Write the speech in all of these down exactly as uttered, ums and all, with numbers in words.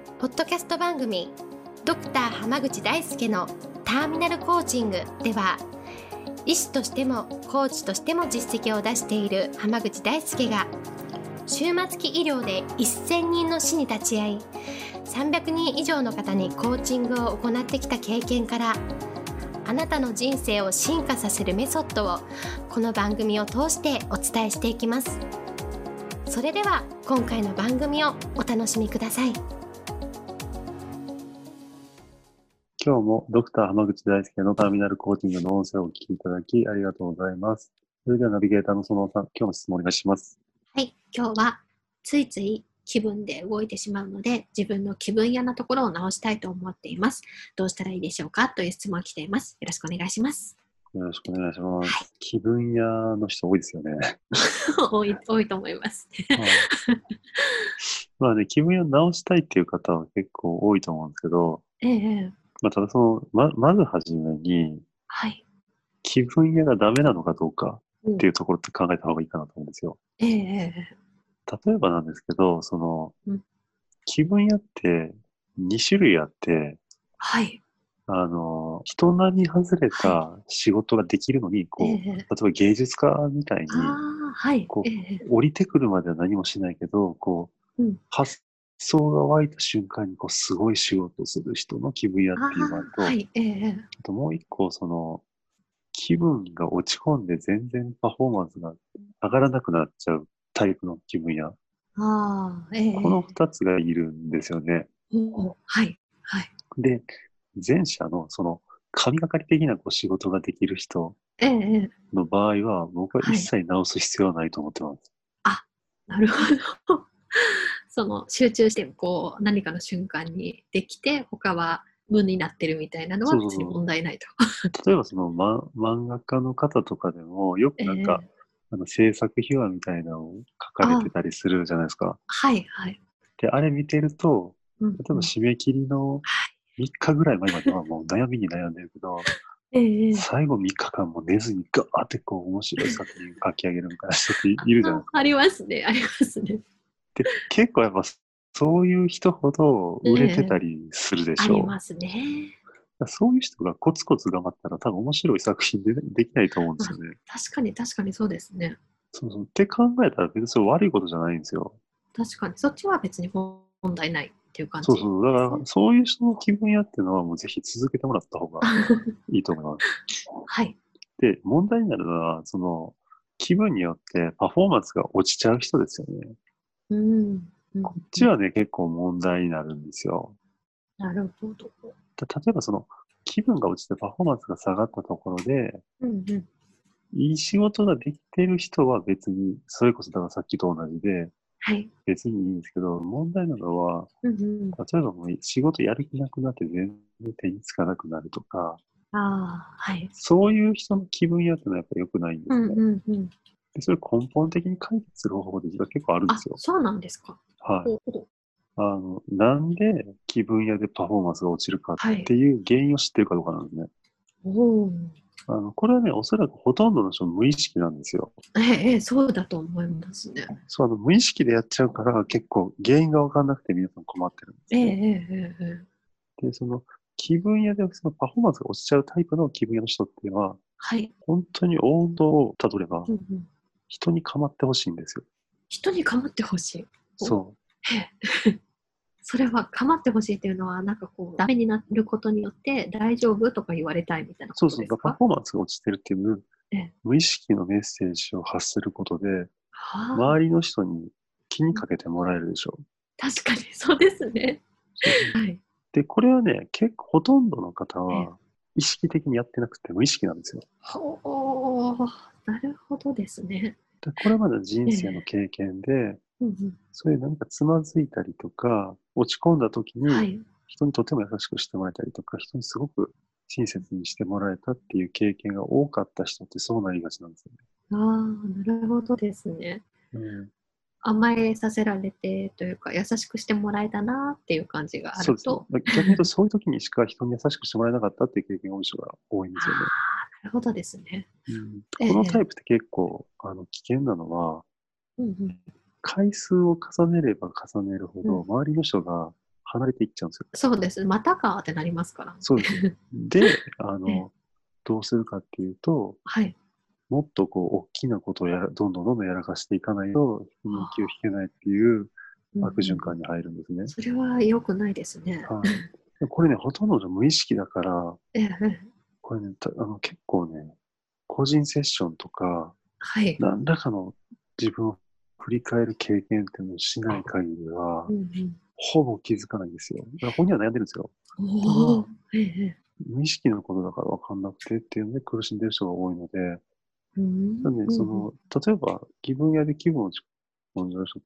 ポッドキャスト番組ドクター濱口大輔のターミナルコーチングでは、医師としてもコーチとしても実績を出している濱口大輔が終末期医療でせんにんの死に立ち会い、さんびゃくにん以上の方にコーチングを行ってきた経験から、あなたの人生を進化させるメソッドをこの番組を通してお伝えしていきます。それでは今回の番組をお楽しみください。 今日もドクター濱口大輔のターミナルコーチングの音声をお聞きいただきありがとうございます。それではナビゲーターの園尾さん、今日の質問お願いします。 はい、今日はついつい気分で動いてしまうので、自分の気分屋なところを直したいと思っています。どうしたらいいでしょうかという質問が来ています。よろしくお願いします。 よろしくお願いします。 はい、 気分屋の人多いですよね。 多い、多いと思います。 はい、まあね、気分屋直したいっていう方は結構多いと思うんですけど、 ええ、 まあ、ただその、ま、まずはじめに、 はい。 気分屋がダメなのかどうかうんっていうところって考えた方がいいかなと思うんですよ。 ええ、 例えばなんですけど、その、 うん、 気分屋ってに種類あって、 はい。 あの、人並み外れはい。 た仕事ができるのに、 えこう、例え、 えば芸術家みたいに、 ああ、はい。 こええ、 う、降りてくるまでは何もしないけど、こう、 うん。 発想が湧いた瞬間に、こう、すごい仕事をする人の気分屋っあていうのがあるあ、はと、 い。ええ、 あともう一個、その、気分が落ち込んで全然パフォーマンスが上がらなくなっちゃうタイプの気分屋。 ああ、えこのえ、 二つがいるんですよね。 おお、はい。はい。 で、前者の、その、神がかり的なこう仕事ができる人ええ、ええ、 の場合は、僕は一はい。 切直す必要はないと思ってます。 あ、なるほど。その集中してこう何かの瞬間にできて、他は無になってるみたいなのは別にそうそうそう。 問題ないと。 例えばその、ま、漫画家の方とかでも、よくえなんか、 え、 あの制作秘話みたいなのを書かれてあ、 たりするじゃないですか。 はいはい。 で、あれ見てると、例えばうんうん。 締め切りのはい。 みっかぐらい前まではもう悩みに悩んでるけど、 ええええ。 最後みっかかんも寝ずにガーってこう面白い作品書き上げるみたいな人っているじゃないであ、 すか。 ありますね、ありますね。 で、結構やっぱそういう人ほどえ売れてえ、 たりするでしょう。 ありますね。 そういう人がコツコツ頑張ったら多分面白い作品でできないと思うんですあ、 よね。 確かに確かにそうですね。 そうそう。って考えたら別にそれ悪いことじゃないんですよ。 確かに、そっちは別に問題ないっていう感じそうそう。だですね。 からそういう人の気分屋っていうのはもうぜひ続けてもらった方がいいと思います。 はい。 で、問題になるのは、その気分によってパフォーマンスが落ちちゃう人ですよね。 うん、うん、 こっうん。 ちはね、結構問題になるんですよ。 なるほど。 た例えばその気分が落ちてパフォーマンスが下がったところで、 うんうん。 いい仕事ができてる人は別に、それこそだからさっきと同じで、 はい。 別にいいんですけど、問題なのは、 うんうん。 例えばもう仕事やる気なくなって全然手につかなくなるとか、 ああ、はい。 そういう人の気分屋ってのはやっぱり良くないんでうんすね。 うんうん。 で、それ根本的に解決する方法で実は結構あるんであ、 すよ。 そうなんですか。 はい。 ほうほう。 あの、なんで気分屋でパフォーマンスが落ちるかっはい。 ていう原因を知ってるかどうかなんですね。 おお。 あの、これはね、おそらくほとんどの人無意識なんですよ。 ええ、ええ、そうだと思いますね。 そう、あの、無意識でやっちゃうから結構原因がわかんなくて皆さん困ってるんですええ、 ね。 ええ、ええ。 で、その気分屋でそのパフォーマンスが落ちちゃうタイプの気分屋の人っていうのは、 はい。 本当に王道をたどれば、 うんうん。 人に構ってほしいんですよ。 人に構ってほしい。お、 そう。 へえ。それは構ってほしいっていうのは、なんかこう、ダメになることによって大丈夫とか言われたいみたいなこそうそう。 とですか？ パフォーマンスが落ちてるっていうええ。 無意識のメッセージを発することで、 はあ。 周りの人に気にうん、 かけてもらえるでしょう。 確かにそうですね。 そうそう。 はい。 で、これはね、結構ほとんどの方ええ。 は意識的にやってなくて無意識なんですよ。 ほう、なるほどですね。 で、これまでの人え生のえ。 経験で、 うんうん。 そういう何かつまずいたりとか、落ち込んだ時にはい。 人にとても優しくしてもらえたりとか、人にすごく親切にしてもらえたっていう経験が多かった人ってそうなりがちなんですよね。 ああ、なるほどですね。 うん、 甘えさせられてというか、優しくしてもらえたなっていう感じがあそうですね。 ると、 逆に言うと、そういう時にしか人に優しくしてもらえなかったっていう経験が多い人が多いんであすよね。 あ、なるほどですね。 うん、 ええ、 このタええ。 イプって結構あの危険なのは、 うんうん。 回数を重ねれば重ねるほど、 うん。 周りの人が離れていっちゃうんですよ。 そうです。またかってなりますから。 そうです。で、あの、どうするかっていうと、 はい。 もっとこう、大きなことをやらどんどんどんどんやらかしていかないと、気の気を引けないっていう悪循環に入るんですね。 それは良くないですね。 はい。これね、ほとんど無意識だから、 ええ、 これね、たあの結構ね、個人セッションとか、 はい。 何らかの自分を振り返る経験っていうのをしない限りは、 うんうん、 ほぼ気づかないんですよ。だから本人は悩んでるんですよ。 おー、ええ、 無意識のことだから分かんなくてっていうので苦しんでる人が多いので、 うん、 なんでその例えば気分屋で気分を落ち込んじゃう人って、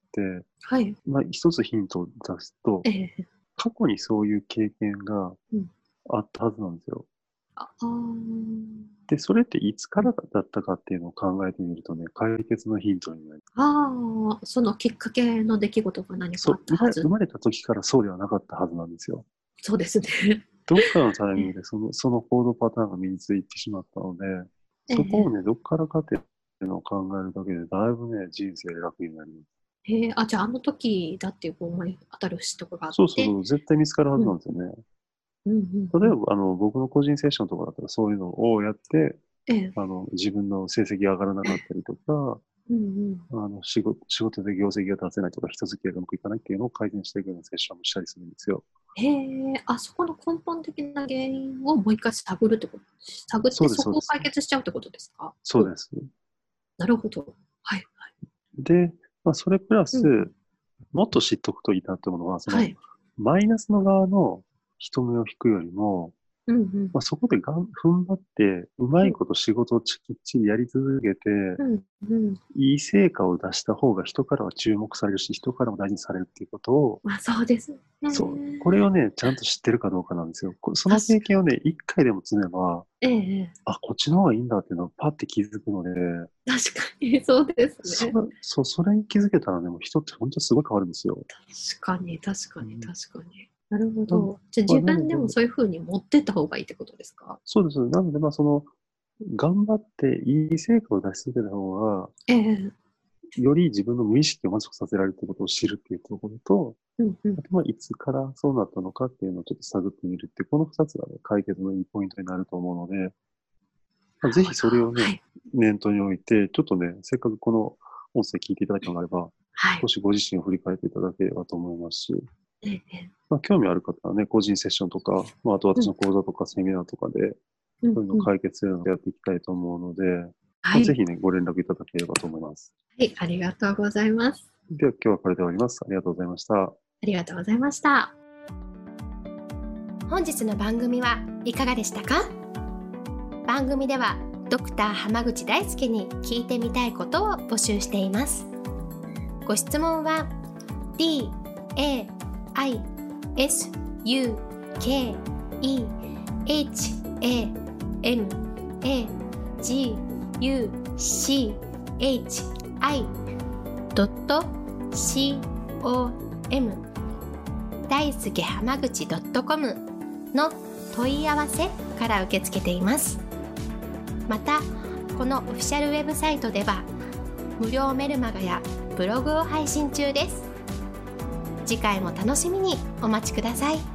はい、 まあ、一つヒントを出すと、 ええ、 過去にそういう経験があったはずなんですよ。 ああで、それっていつからだったかっていうのを考えてみるとね、解決のヒントになる。 ああ、そのきっかけの出来事が何かそう、 あったはず。 生まれ生まれた時からそうではなかったはずなんですよ。 そうですね。 どっかのタイミングでそのその行動パターンが身についてしまったので、 ええ、 そこをね、どっからかっていうのを考えるだけで、だいぶね、人生楽になります。 へえ、あ、じゃああの時だっていう思い当たる節とかがあって。 そうそうそう、絶対見つかるはずなんですよね。 うんうんうん、 例えば、あの、僕の個人セッションとかだったらそういうのをやって、 ええ、 あの、自分の成績が上がらなかったりとか、 うんうん、 あの仕事、仕事で業績が出せないとか、人付き合いがうまくいかないっていうのを改善していくようなセッションもしたりするんですよ。 へえ、あそこの根本的な原因をもう一回探るってこと、探ってそうです、 そこをそうです。 解決しちゃうってことですか？ そうです。 なるほど。はい。 で、まあ、それプラス、 うん、 もっと知っておくといいなと思うのは、その、 はい。 マイナスの側の人目を引くよりも、 うんうん。 まあ、そこでがん踏ん張って、うまいこと仕事をきっちりやり続けて、 うんうん。 いい成果を出した方が人からは注目されるし、人からも大事にされるっていうことを、 まあそうですね。 そう、これをね、ちゃんと知ってるかどうかなんですよ。こその確か経験をね、一回でも積めば、 ええ、 あ、こっちの方がいいんだっていうのをパッて気づくので、 確かにそうですね。 それ、そう、それに気づけたらね、もう人って本当にすごい変わるんですよ。 確かに、確かに、 うん確かに。なるほなんど。じゃあまあ、 自分でなので、 もそういう風に持ってった方がいいってことですか？ そうです。なので、まあ、その、頑張っていい成果を出し続けた方が、 ええ、 より自分の無意識を満足させられるということを知るっていうところと、 うんうん。 あとまあいつからそうなったのかっていうのをちょっと探ってみるって、この二つがね、解決のいいポイントになると思うので、まあ、ぜひそれをね、 はい。 念頭に置いて、ちょっとね、せっかくこの音声聞いていただいたのがあれば、 はい。 少しご自身を振り返っていただければと思いますし、 ええ、 まあ、興味ある方はね、個人セッションとか、まあ、あと私の講座とかセミナーとかで、 うんそういうのをうん。 解決するのでやっていきたいと思うので、 はい。 まあ、ぜひね、ご連絡いただければと思います。 はい、ありがとうございます。 では今日はこれで終わります。ありがとうございました。 ありがとうございました。 本日の番組はいかがでしたか？番組ではドクター濱口大輔に聞いてみたいことを募集しています。ご質問は ディー エー アイ エス ユー ケー イー エイチ エー エム エー ジー ユー シー エイチ アイ ドット シー オー エム 大輔濱口 .com の問い合わせから受け付けています。また、このオフィシャルウェブサイトでは無料メルマガやブログを配信中です。次回も楽しみにお待ちください。